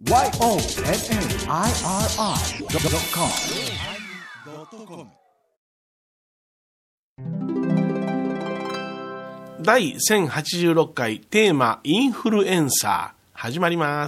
YONNIRI.com 第1086回テーマインフルエンサー始まります。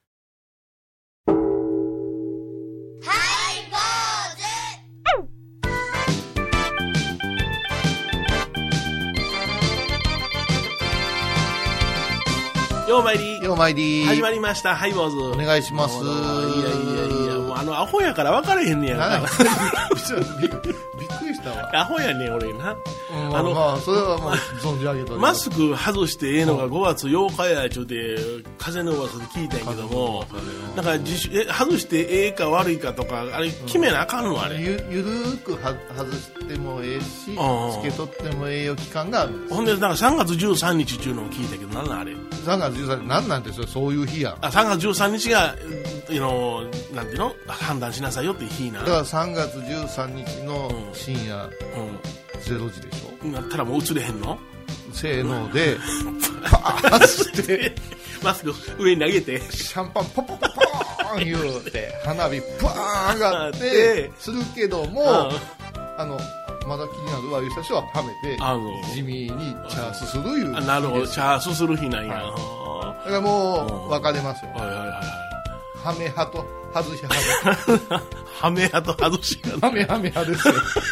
ようまいりようまいり始まりました。ハイボーズお願いします。 いやもうアホやから分からへんねやんか。 びっくりしたわ。 アホやねん俺な。 まあそれはもう存じ上げとる。 マスク外してええのが5月8日やちゅうて風の噂で聞いたんやけども、なんか外してええか悪いかとかあれ決めなあかんのあれ。 ゆるーく外してもええし、つけとってもええよ期間があるんです。 ほんでなんか3月13日っていうのを聞いたけどなんなんあれ。 3月13日なんなんてそういう日や。 3月13日がなんていうの判断しなさいよって日な。 だから3月13日の深夜0時でしょ。 なったらもう映れへんの？ せーのでパーッしてマスク上に投げてシャンパンポポポポーン言うて花火パーン上がってするけども、まだ気になるわいう人ははめて地味にチャースするいう。 なるほど、チャースする日なんや。 だからもう分かれますよ。はめ派と外し派はめ派と外し派。 はめ派ですよ。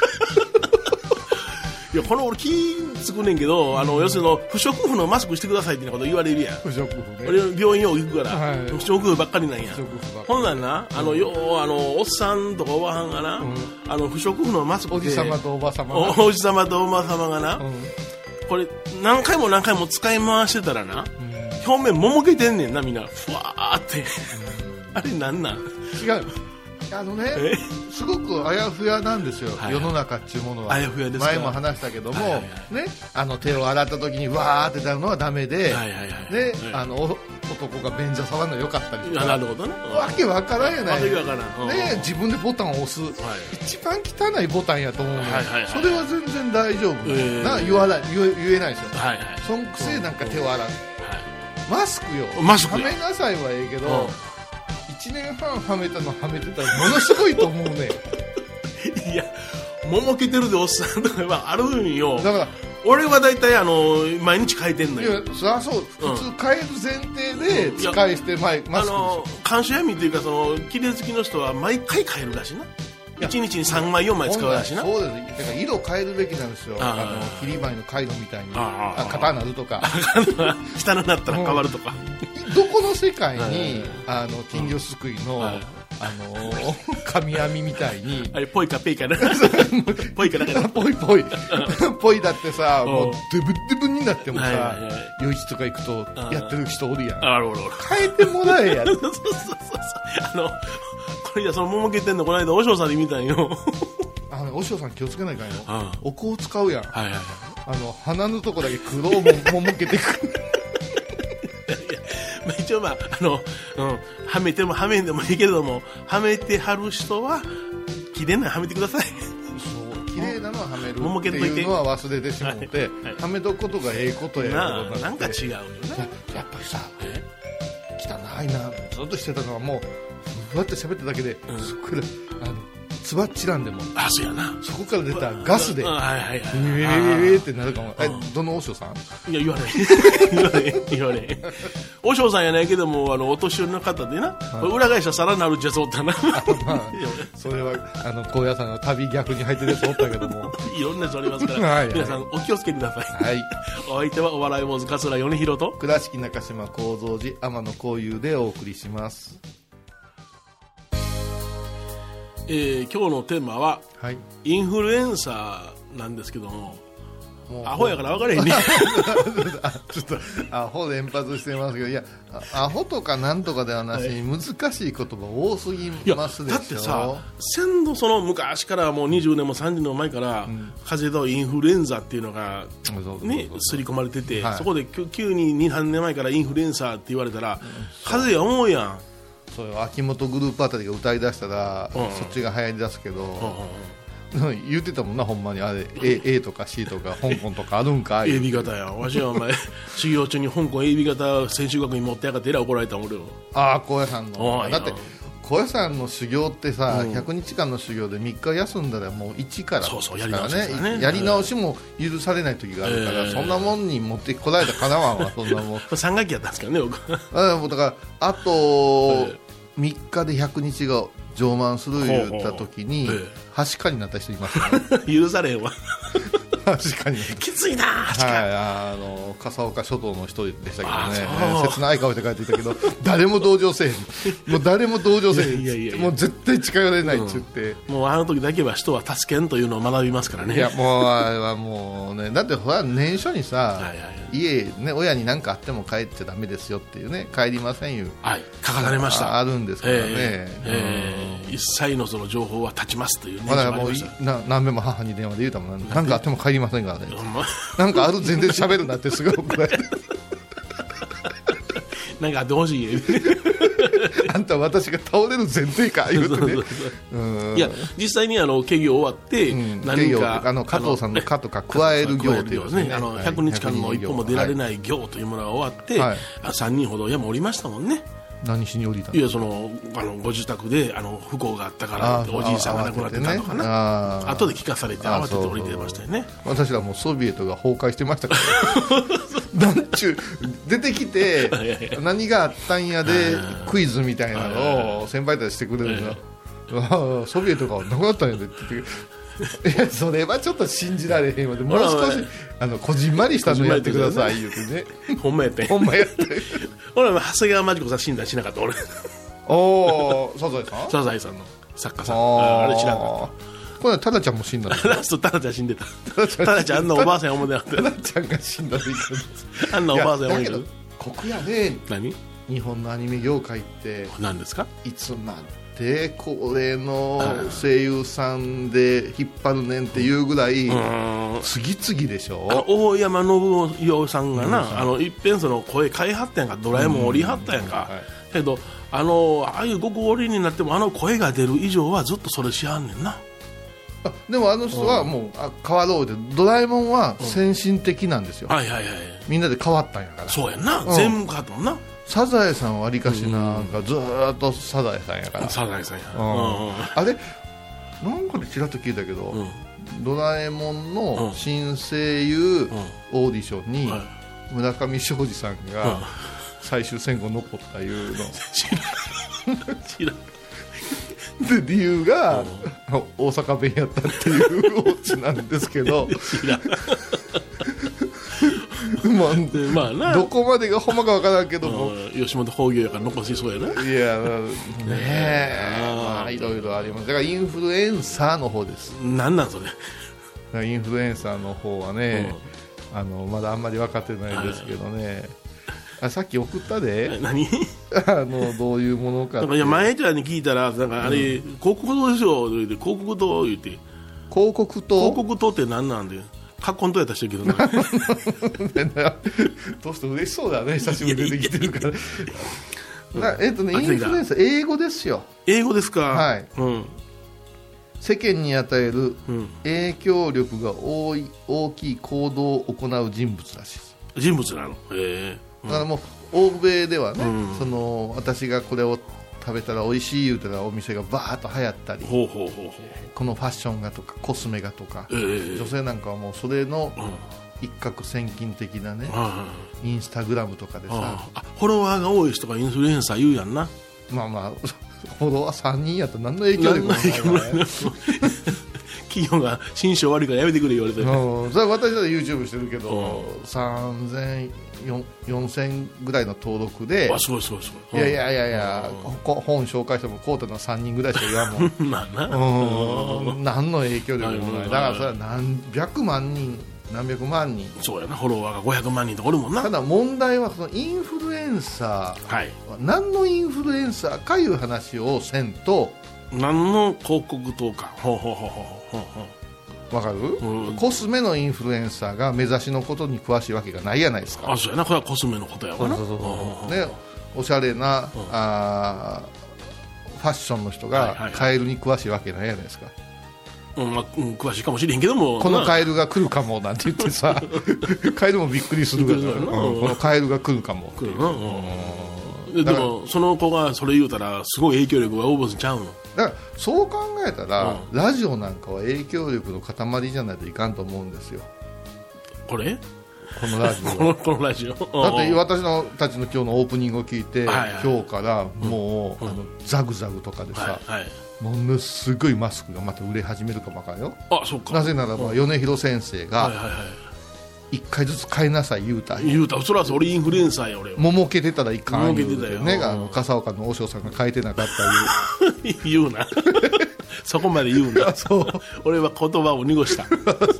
いやこの俺気つくねんけど、要するに不織布のマスクしてくださいってこと言われるやん。 不織布ね。 俺病院よう行くから、不織布ばっかりなんや。 不織布ばっかり。 ほんなんな、おっさんとかおばはんがな、不織布のマスクでおじさまとおばさまおじさまとおばさまがな、これ何回も使い回してたらな、表面ももけてんねんなみんなふわーって、あれなんなん？ 違う。すごくあやふやなんですよ、世の中っていうものは。 あやふやですか。 前も話したけども、手を洗った時にわーってなるのはダメで、男が便所触るのよかったりとか。 なるほどね。 わけわからんやない。 わけわからん。 自分でボタンを押す、一番汚いボタンやと思うのよ。それは全然大丈夫。言えないですよ。そんくせなんか手を洗う。マスクよ。はめなさいはええけど、1年半はめてたらものすごいと思うね。 いやももけてるでおっさんとかあるんよ。 だから俺はだいたい毎日変えてんのよ。 いやそりゃそう、普通変える前提で使い捨てマスクでしょ。 監視闇っていうか綺麗好きの人は毎回変えるらしいな。1日に3枚4枚使うらしいな。 そうです。だから色変えるべきなんですよ。切り針の回路みたいに型になるとか下になったら変わるとか。 どこの世界に金魚すくいの紙網みたいにあれポイかペイかなポイかなポイだってさ、もうデブデブになってもさ、夜市とか行くとやってる人おるやん。変えてもらえや。 これじゃももけてんのこの間おしょうさんで見たんよ。 おしょうさん気をつけないかんよ。お香を使うやん。鼻のとこだけ黒をももけてくる。 一応はめてもはめんでもいいけれども、はめてはる人は綺麗なはめてください。 そう綺麗なのははめるっていうのは忘れてしまって、はめとくことがええことやな。 なんか違うよね。 やっぱりさ、汚いなずっとしてたのはもうふわって喋っただけで、そこからつばっちらんでも、 そうやな、 そこから出たガスでってなるかも。どのおしょうさん？ いや言われおしょうさんやないけども、お年寄りの方でな、裏返したらさらなるじゃそうったな。 それは高野山の旅逆に入ってるやつおったけども、 いろんな人おりますから皆さんお気をつけください。お相手はお笑い坊主桂米宏と倉敷中島幸三寺天野幸雄でお送りします。 今日のテーマは、インフルエンサーなんですけども、アホやから分からへんね。 ちょっとアホ連発してますけど、いやアホとかなんとかではなしに難しい言葉多すぎますでしょ。 だってさ、先度昔からもう20年も30年も前から、風邪とインフルエンザっていうのがね刷り込まれてて、そこで急に2、3年前からインフルエンサーって言われたら、風邪や思うやん。 そう秋元グループあたりが歌い出したら、そっちが流行り出すけど、 言ってたもんな、ほんまにあれ A とか C とか香港とかあるんか AB 型やわしはお前修行中に香港 AB 型専修学院持ってやがってえらい怒られたもん俺よ。 ああ高野山のだって高野山の修行ってさ、100日間の修行で3日休んだらもう一からそうそうやり直しですからね。 やり直しも許されない時があるから、そんなもんに持ってこられたかなわんわそんなもん 3学期やったんですからね僕だからあと3日で100日が上満する言った時にはしかになった人いますから許されへんわ確かにきついなはい、笠岡諸島の人でしたけどね、切ない顔で帰っていたけど誰も同情せえへんもう誰も同情せえへんもう絶対近寄れないって言って、 もうあの時だけは人は助けんというのを学びますからね。 いやもうあれはもうね、だってほら年初にさ、家ね親に何かあっても帰っちゃダメですよっていうね、帰りませんよ、 書かれました。 あるんですからね、 一切のその情報は断ちますというね。 だからもう何べも母に電話で言うたもん、何かあっても帰りませんからねなんかある全然喋るなってすごい怒られてなんかあってほしいあんた私が倒れる前提か言うてねいや実際に計業終わって、 何か加藤さんの加とか加える業っていうね、 100日間の一歩も出られない業というものが終わって、3人ほど山降りましたもんね。 何しに降りたの？ いやご自宅で不幸があったからおじいさんが亡くなってたとかな、後で聞かされて慌てて降りてましたよね。 私らもうソビエトが崩壊してましたからなんちゅう出てきて何があったんやでクイズみたいなのを先輩たちしてくれるのソビエトがなくなったんやでって言っていやそれはちょっと信じられへんわで、もう少しこじんまりしたのやってください言うてねほんまやってほんまやって俺は長谷川真知子さん死んだしなかった俺サザエさんサザエさんの作家さんあれ知らなかった。 これはタラちゃんも死んだラストタラちゃん死んでたタラちゃんあんなおばあさん思ってなくてタラちゃんが死んだでいいあんなおばあさん思いてる酷やね。 何日本のアニメ業界って何ですか、 いつまで高齢の声優さんで引っ張るねんっていうぐらい次々でしょ。 大山信代さんがな、いっぺんその声変えはったやんか、ドラえもん降りはったやんか、けどああいうご高齢になっても声が出る以上はずっとそれしはんねんな。 でも人はもう変わろうで、ドラえもんは先進的なんですよ、みんなで変わったんやから。 そうやんな、全部変わったもんな。 サザエさんはわりかしなんかずっとサザエさんやから。 サザエさんや、 あれなんかでちらっと聞いたけど、ドラえもんの新声優オーディションに村上ショージさんが最終選考残ったいうの知らんで理由が大阪弁やったっていうオチなんですけどまあな、どこまでがほんまかわからんけども、 吉本興業やから残しそうやな。 いやねえ、いろいろあります。だからインフルエンサーの方です。 なんなんそれ。 インフルエンサーの方はね、まだあんまり分かってないですけどね、さっき送ったで何どういうものかって。 いや前ちゃんに聞いたらなんかあれ、広告塔でしょ言うて、広告塔言うて、 広告塔って何なんでカッコンとやった人けどなどうして嬉しそうだね、久しぶりに出てきてるからインフルエンサー英語ですよ。 英語ですか。 はい、世間に与える影響力が大きい行動を行う人物らしいです。 人物なの。 だからもう欧米ではね、私がこれを食べたら美味しい言うたらお店がバーッと流行ったり、このファッションがとかコスメがとか、女性なんかはもうそれの一攫千金的なね、インスタグラムとかでさ、 フォロワーが多い人がインフルエンサー言うやんな。 まあまあフォロワー3人やったら何の影響力もないからね企業が心象悪いからやめてくれ言われて、 それは私だって YouTube してるけど、3000、4000ぐらいの登録で、 すごいいや、本紹介してもこうたのは3人ぐらいしか言わんもん何の影響力もない。だからそれは何百万人何百万人、 そうやな、フォロワーが500万人とかおるもんな。 ただ問題はそのインフルエンサー、何のインフルエンサーかいう話をせんと、 何の広告塔か、 わかる、コスメのインフルエンサーが目指しのことに詳しいわけがないやないですか。 そうやな、これはコスメのことやわな。 でおしゃれなファッションの人がカエルに詳しいわけないやないですか。 詳しいかもしれへんけども、 このカエルが来るかもなんて言ってさカエルもびっくりするから、このカエルが来るかもっていう、 でもその子がそれ言うたらすごい影響力が及ぼすちゃうの。 だからそう考えたら、ラジオなんかは影響力の塊じゃないといかんと思うんですよ。 このラジオこのラジオだって私のたちの今日のオープニングを聞いて、今日からもう、ザグザグとかでさ、ものすごいマスクがまた売れ始めるかもわかんよ。 そうか。 なぜならば、米広先生が1回ずつ買いなさい言うた。 そら俺インフルエンサーや。俺桃けてたらいかん言うてね、笠岡の和尚さんが書いてなかった言うなそこまで言うんだそう俺は言葉を濁した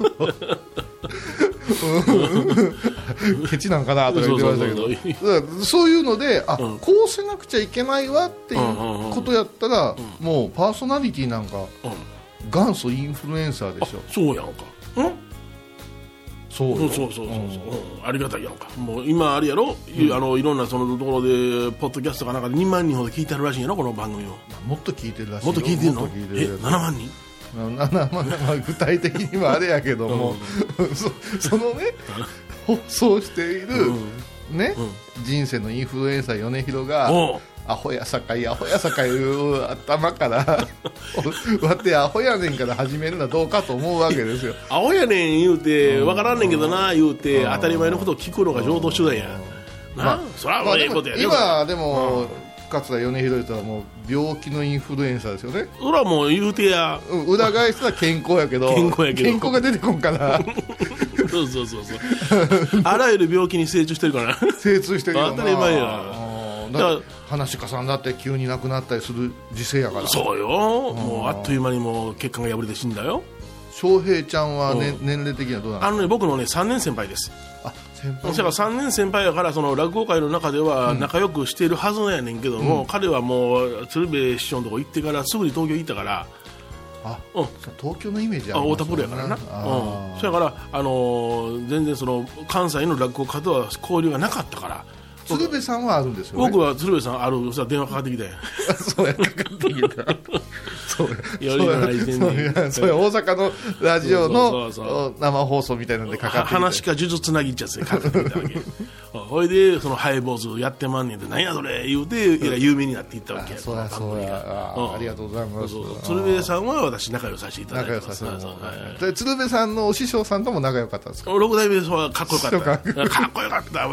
ケチなんかなとか言ってましたけど、そういうのでこうせなくちゃいけないわっていうことやったら、もうパーソナリティなんか元祖インフルエンサーでしょ。 そうやんか。そうありがたいやんか。もう今あれやろ、いろんなそのところでポッドキャストかなんかで2万人ほど聞いてあるらしいんやろ、この番組を。 もっと聞いてるらしいよ。 もっと聞いてるの？7万人 7万具体的にはあれやけどもそのね放送しているね、人生のインフルエンサー米広がアホやさかいいう頭からわってアホやねんから始めるのはどうかと思うわけですよ。 アホやねん言うて分からんねんけどな言うて当たり前のことを聞くのが常套手段やな。それはええことやね。 今でも桂米広とはもう病気のインフルエンサーですよね。 それはもう言うてや、 裏返したら健康やけど健康が出てこんからそうあらゆる病気に精通してるから精通してるよな。 当たり前や。 だから話家さんだって急に亡くなったりする時世やから。 そうよ、もうあっという間にもう血管が破れて死んだよ。 翔平ちゃんは、年齢的にはどうなんですか？ 僕のね3年先輩です。 先輩だから3年先輩やから、その落語界の中では仲良くしているはずやねんけども、彼はもう鶴瓶師匠のとこ行ってからすぐに東京行ったから、 東京のイメージありますよね。 太田プロやからな。そやから全然その関西の落語家とは交流がなかったから。 鶴瓶さんはあるんですよね。 僕は鶴瓶さんあるさ電話かかってきたやんそうや、かかってきたそうや大阪のラジオの生放送みたいなんでかかってきた。 話か呪術つなぎっちゃってかかってきたわけほいでそのハイボーズやってまんねんって何やそれ言うて有名になっていったわけや。 そうやありがとうございます。 鶴瓶さんは私仲良させていただいてます。 鶴瓶さんのお師匠さんとも仲良かったんですか？ 六代目はかっこよかったかっこよかった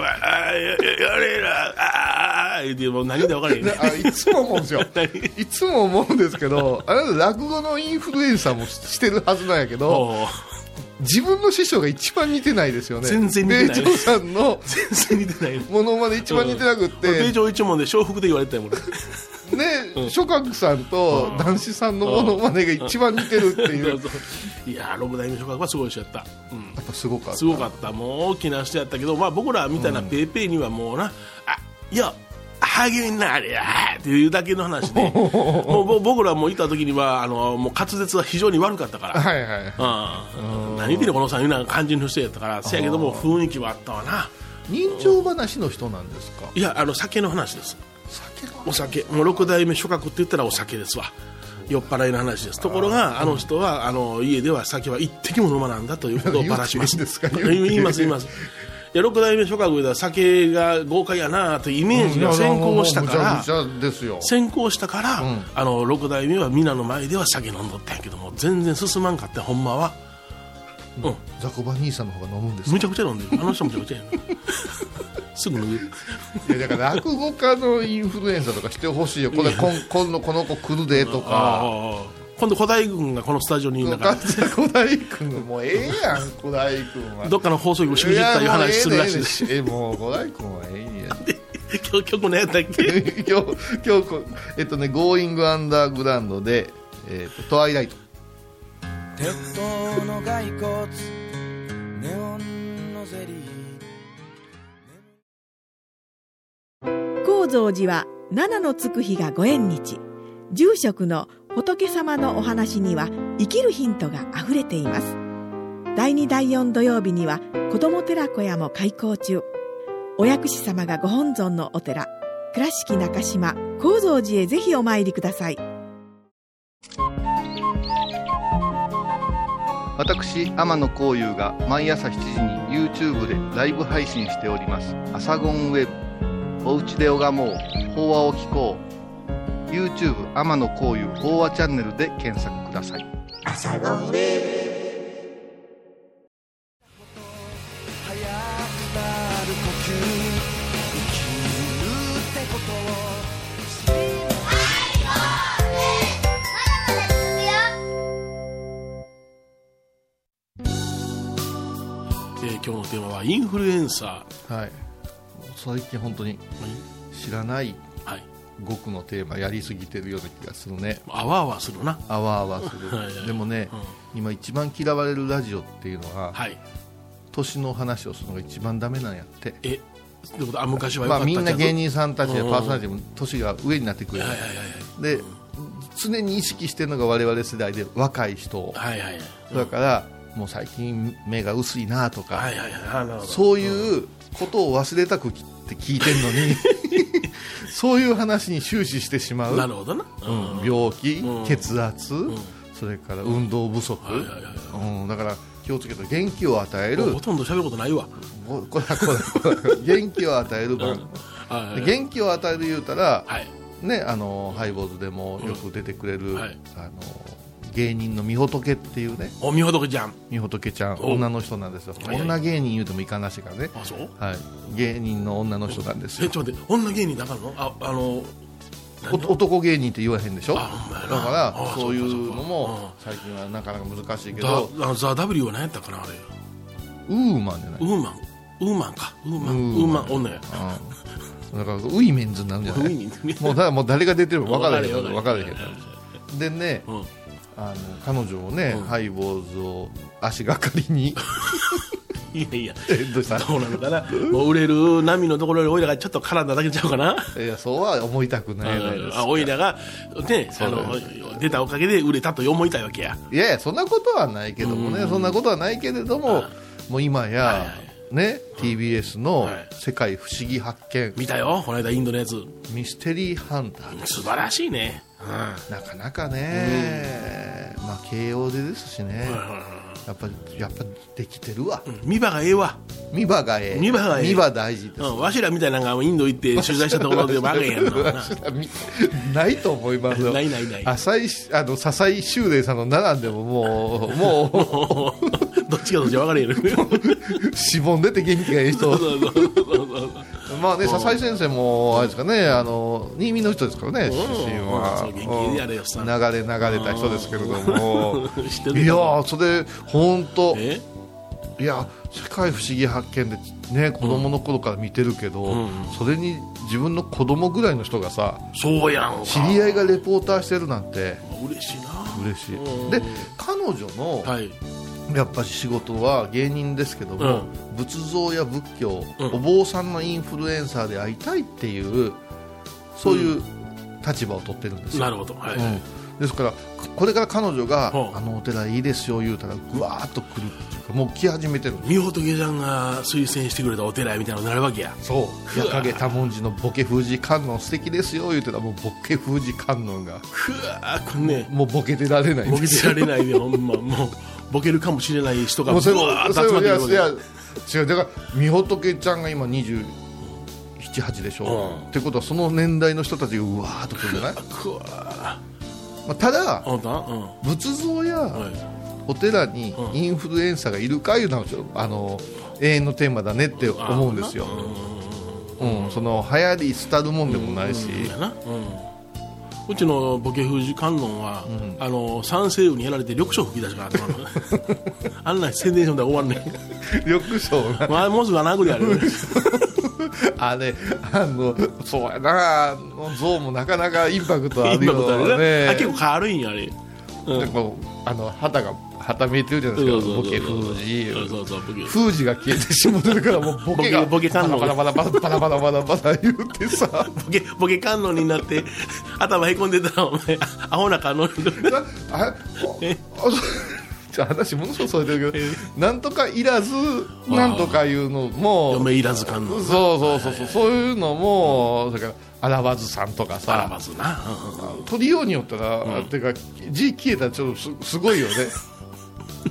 もう何で分からへんねいつも思うんですよいつも思うんですけど、あなた落語のインフルエンサーもしてるはずなんやけど自分の師匠が一番似てないですよね。 全然似てない。 米朝さんの全然似てないものまで一番似てなくって米朝一門で笑福で言われたよね、諸角さんと男子さんのものまねが一番似てるっていういや六代目諸角はすごい人やった、やっぱすごかったもう大きな人やったけど、僕らみたいなペーペーにはもうな、いや励みになれやっていうだけの話でもう僕らもいた時にはもう滑舌は非常に悪かったから、何言ってんのこのさんいうような感じの人やったから。せやけども雰囲気はあったわな。 人情話の人なんですか？ いや酒の話です。お酒もう六代目諸角って言ったらお酒ですわ。酔っ払いの話です。ところがあの人は家では酒は一滴も飲まなんだということをばらします。言いますいや六代目諸角では酒が豪快やなというイメージが先行したから、六代目は皆の前では酒飲んどったんやけども全然進まんかってほんまは。 ザコバ兄さんの方が飲むんですか？ むちゃくちゃ飲んでる。あの人むちゃくちゃやなすぐ飲む。 いやだから落語家のインフルエンサーとかしてほしいよ。この子来るでとか。 今度小田井君がこのスタジオにいるから小田井君もうええやん。小田井君はどっかの放送局しくじったいう話するらしいです。 もう小田井君はええやん。 今日何やったっけ今日ゴーイングアンダーグラウンドでトワイライト。鉄塔の骸骨ネオンのゼリー。高蔵寺は七のつく日がご縁日。住職の仏様のお話には生きるヒントがあふれています。第2第4土曜日には子ども寺小屋も開校中。お薬師様がご本尊のお寺倉敷中島・高蔵寺へぜひお参りください。 私天野幸雄が毎朝7時に YouTube でライブ配信しておりますアサゴンウェブ、おうちで拝もう法話を聞こう、 YouTube 天野幸雄法話チャンネルで検索ください。アサゴンウェブ。 今日のテーマはインフルエンサー。はい。最近本当に知らない語句のテーマやりすぎてるような気がするね。 あわあわするな。 あわあわする。はいはいはい、でもね、今一番嫌われるラジオっていうのは、はい、年の話をするのが一番ダメなんやって。 ってことは昔は良かったみんな芸人さんたちでパーソナリティも年が上になってくる。で、常に意識してるのが我々世代で若い人。はいはいはい、だから。もう最近目が薄いなとか、はいはいはい、そういうことを忘れたくって聞いてるのにそういう話に終始してしまう。 なるほどな、 病気、血圧、それから運動不足、だから気をつけて元気を与える。 ほとんど喋ることないわ。 これ元気を与える番、元気を与える言うたら、ね、ハイボーズでもよく出てくれる、芸人のみほとけっていうね。 みほとけちゃん。 みほとけちゃん、女の人なんですよ。女芸人言うてもいかなしがね。 あ、そう。 はい。芸人の女の人なんですよ。 ちょっと待って、女芸人だからの？ 男芸人って言わへんでしょ。だからそういうのも最近はなかなか難しいけど。 ザ・ W は何やったかなあれ。 ウーマンじゃない。 ウーマンか。ウーマン女や。 だからウイメンズになるんじゃない。もう誰が出てるか分からへん。でね。彼女をね、ハイボーズを足がかりにいやどうしたどうなのかな。もう売れる波のところにおいらがちょっと絡んだだけちゃうかな。 いや、そうは思いたくないですか。 おいらが、ね、出たおかげで売れたと思いたいわけや。 いやそんなことはないけどもね、そんなことはないけれども、もう今や、ね、TBS の世界不思議発見、 見たよこの間インドのやつ。 ミステリーハンター。 素晴らしいね。 なかなかね、慶応でですしね、やっぱできてるわ。 見場がええわ。 見場がええ。見場大事です。 わしらみたいなのがインド行って取材したところでバカやんのないと思いますよ。 ない笹井秀礼さんの並んでももうどっちかどっちか分かれへん。 しぼんでて元気がいい人。まあね、笹井先生もあれですかね、新見の人ですからね、出身は。流れた人ですけれどもいやそれ本当いや世界不思議発見でね、子供の頃から見てるけど、それに自分の子供ぐらいの人がさ、 そうやん、 知り合いがレポーターしてるなんて嬉しいな。 嬉しい。で彼女の、やっぱり仕事は芸人ですけども、仏像や仏教、お坊さんのインフルエンサーで会いたいっていうそういう立場を取ってるんですよ。 なるほど、 ですからこれから彼女がお寺いいですよ言うたらぐわーっと来るっていうか、もう来始めてる。 みほとけちゃんが推薦してくれたお寺みたいなのになるわけや。 そう矢影多文字のボケ封じ観音素敵ですよ言うてたら、もうボケ封じ観音がこれね、 もうボケてられないんですよ。 ボケてられないでほんまもうボケるかもしれない人がブワーッと集まってるわけ。 違う、だからみほとけちゃんが今27、8でしょ、ってことはその年代の人たちがうわーっと来るんじゃないただ、仏像やお寺にインフルエンサーがいるかいうのは永遠のテーマだねって思うんですよ。その流行り廃るもんでもないし、 うちのボケ封じ観音は、三星雲にやられて緑章吹き出しからあんな宣伝書で終わんねん。 緑章な、もうすぐ殴りあるあれそうやな、像もなかなかインパクトあるよね。 結構軽いんやあれ。 旗見えてるじゃないですか、ボケ封じ。封じが消えてしまってるから、もうボケがボケ観音バラバラ言うてさ、 ボケ観音になって頭へこんでたらお前アホな観音話ものすごくそれてるけど、なんとかいらずなんとかいうのも嫁いらず観音、 そういうのも、それから荒わずさんとかさ、 荒わずな、 取りようによったら、てか字消えたらちょっとすごいよね。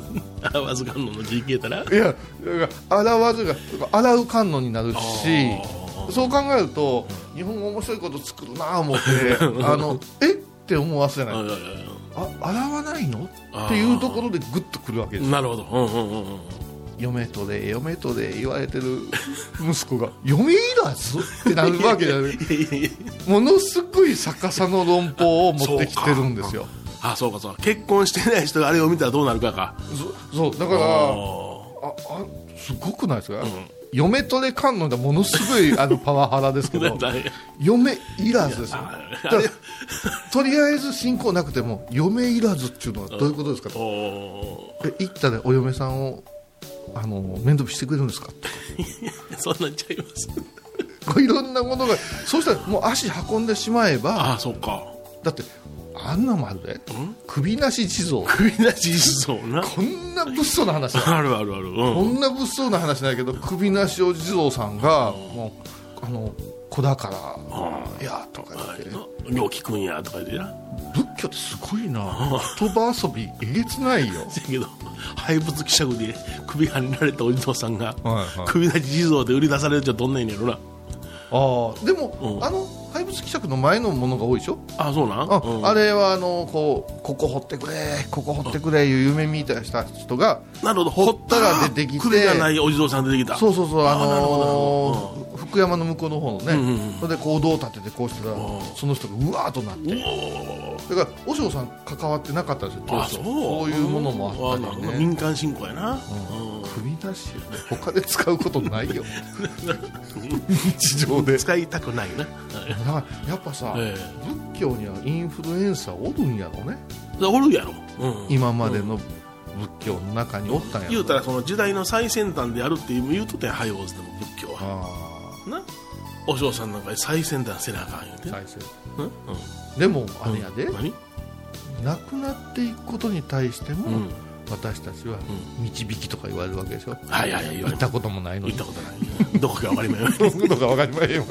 洗わず観音の字消えたら、 いや洗わずが洗う観音になるし、そう考えると日本語面白いこと作るな思ってえって思わせない、洗わないのっていうところでグッとくるわけです。 なるほど、 嫁とで嫁とで言われてる息子が嫁いらずってなるわけじゃないものすごい逆さの論法を持ってきてるんですよ。 そうか結婚してない人があれを見たらどうなるかか。 そうだからすごくないですか、嫁とで観音でものすごいパワハラですけど嫁いらずですよ。とりあえず信仰なくても嫁いらずっていうのはどういうことですかと。行ったらお嫁さんを面倒見してくれるんですかそんなんちゃいますいろんなものがそうしたらもう足運んでしまえば。 そうか。 だってあんなもあるで、首なし地蔵なこんな物騒な話ある、 こんな物騒な話ないけど首なしお地蔵さんがもう子だからやとか言ってよう聞くんやとか言ってな。 仏教ってすごいな言葉遊びえげつないよだけど廃仏希釈で首はねられたお地蔵さんが、首なし地蔵で売り出されるじゃどんなんやろな。 でも、廃仏希釈の前のものが多いでしょ。 そうなん、 あれはここ掘ってくれここ掘ってくれいう夢見たした人がなるほど掘ったら出てきて首がないお地蔵さん出てきた。 そう福山の向こうの方のね、それで行動を立ててこうしたらその人がうわーっとなってだから和尚さん関わってなかったんですよ。そういうものもあったりね。 民間信仰やな。 首なし他で使うことないよ日常で使いたくないな。 だからやっぱさ、仏教にはインフルエンサーおるんやろね。 おるやろ、 今までの仏教の中におったんやろ、 言うたらその時代の最先端であるって言うとったやん、ハイオーズでも仏教はな。お嬢さんなんか最先端せなあかん言うて。最先端、 でもあれやで、亡くなっていくことに対しても、私たちは導きとか言われるわけでしょ。行ったこともないのに。 行ったことないどこか分かりませんどこか分かりません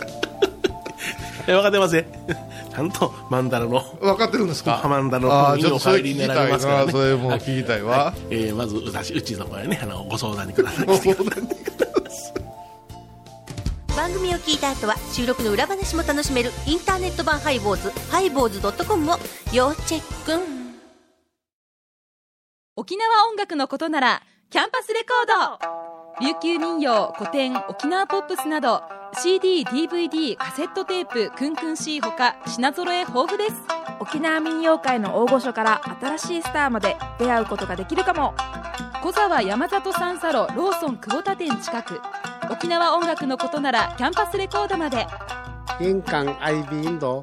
分かってませんちゃんとマンダラの分かってるんですか。 マンダラのにお帰りになられますからね。 それも聞きたいわ。 まずうちの方へねご相談にください。 番組を聞いた後は収録の裏話も楽しめるインターネット版ハイボーズハイボーズ.comを要チェック。 沖縄音楽のことならキャンパスレコード。琉球民謡、古典、沖縄ポップスなど CD、DVD、カセットテープ、クンクン C ほか品揃え豊富です。 沖縄民謡界の大御所から新しいスターまで出会うことができるかも。 小沢山里三佐路ローソン久保田店近く。沖縄音楽のことならキャンパスレコードまで。 印鑑 IB インド。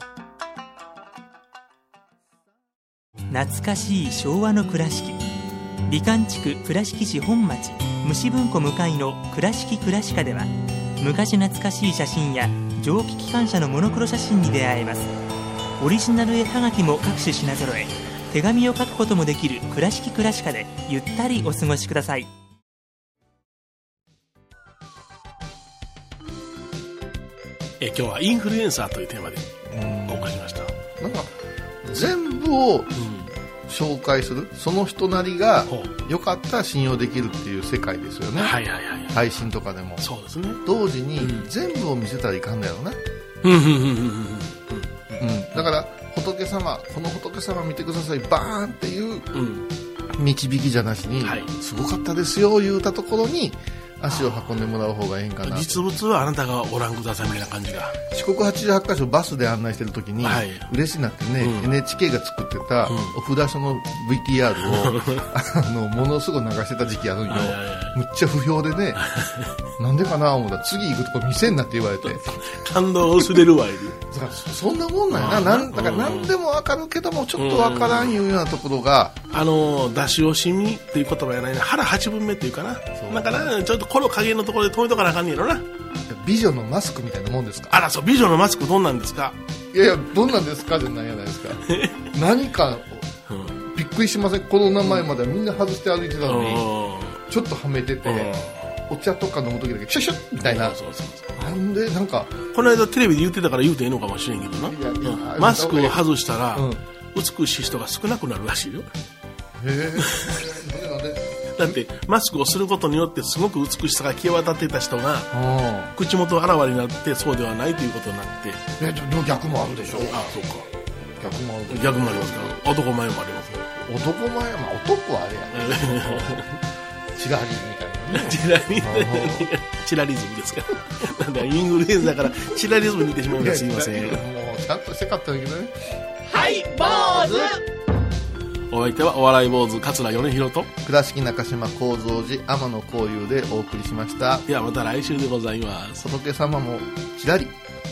懐かしい昭和の倉敷。美観地区倉敷市本町虫文庫向かいの倉敷倉歯科では、昔懐かしい写真や蒸気機関車のモノクロ写真に出会えます。オリジナル絵はがきも各種品揃え、手紙を書くこともできる倉敷倉歯科でゆったりお過ごしください。 今日はインフルエンサーというテーマでお送りしました。 なんか全部を紹介する、その人なりがよかったら信用できるっていう世界ですよね。配信とかでもそうですね。 同時に全部を見せたらいかんだよな。だから仏様、この仏様見てくださいバーンっていう導きじゃなしに、すごかったですよ言うたところに足を運んでもらう方がええんかな。 実物はあなたがご覧くださいみたいな感じが。 四国88カ所バスで案内してる時に、嬉しいなってね、NHK が作ってたお札書の VTR をものすごい流してた時期あるんよ。むっちゃ不評でねなんでかな思ったら次行くとこ見せんなって言われて感動を薄れるわいる。 そんなもんなんやな。だから何でも分かるけどもちょっと分からんいうようなところが、 出し惜しみっていう言葉やないな、腹8分目っていうかな。だからちょっとこの加減のところで止めとかなあかんねやろな。 美女のマスクみたいなもんですか。 あら、そう、美女のマスクどんなんですか。 いやどんなんですかじゃないじゃないですか何か、びっくりしません。この名前まではみんな外して歩いてたのに、ちょっとはめてて、お茶とか飲む時だけシュッシュッみたいな。なんでなんかこの間テレビで言ってたから言うていいのかもしれんけどな。マスクを外したら、美しい人が少なくなるらしいよ。 だってマスクをすることによってすごく美しさが際立っていた人が口元あらわになってそうではないということになって。 でも逆もあるでしょ。 あ、そうか。 逆もある。 逆もありますから。男前もあります。 男前、まあ男はあれやね。チラリみたいなね。 チラリズムですか。なんだインフルエンザからチラリズムに似てしまいました。すいません。もうちゃんとしてかったんだけどね。 はい坊主。お相手はお笑い坊主桂米宏と倉敷中島幸三寺天野幸雄でお送りしました。 ではまた来週でございます。 仏様もちらり。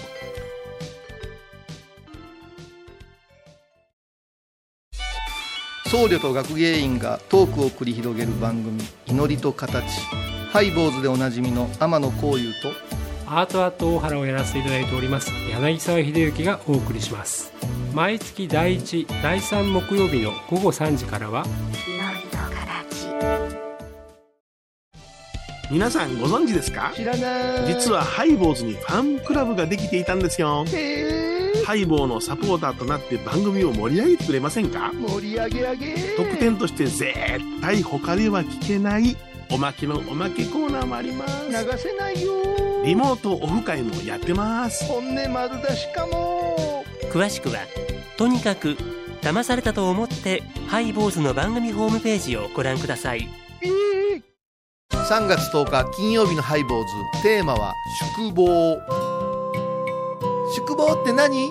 僧侶と学芸員がトークを繰り広げる番組祈りと形。ハイ坊主でおなじみの天野幸雄とアートアート大原をやらせていただいております柳沢秀幸がお送りします。毎月第1、第3木曜日の午後3時からは皆さんご存知ですか？ 知らない。 実はハイボーズにファンクラブができていたんですよ。ハイボーのサポーターとなって番組を盛り上げてくれませんか？ 盛り上げ上げ。 特典として絶対他では聞けないおまけのおまけコーナーもあります。 流せないよ。 リモートオフ会もやってます。 本音丸出しかも。 詳しくはとにかく騙されたと思ってハイボーズの番組ホームページをご覧ください。 3月10日金曜日のハイボーズ、テーマは宿坊。宿坊って何？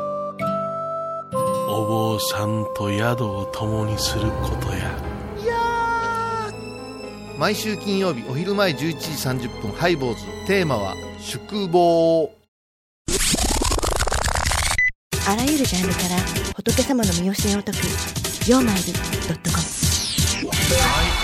お坊さんと宿を共にすることや。 いやー、毎週金曜日お昼前11時30分ハイボーズ、テーマは宿坊。 あらゆるジャンルから仏様の身教えを解く曜マイル.com。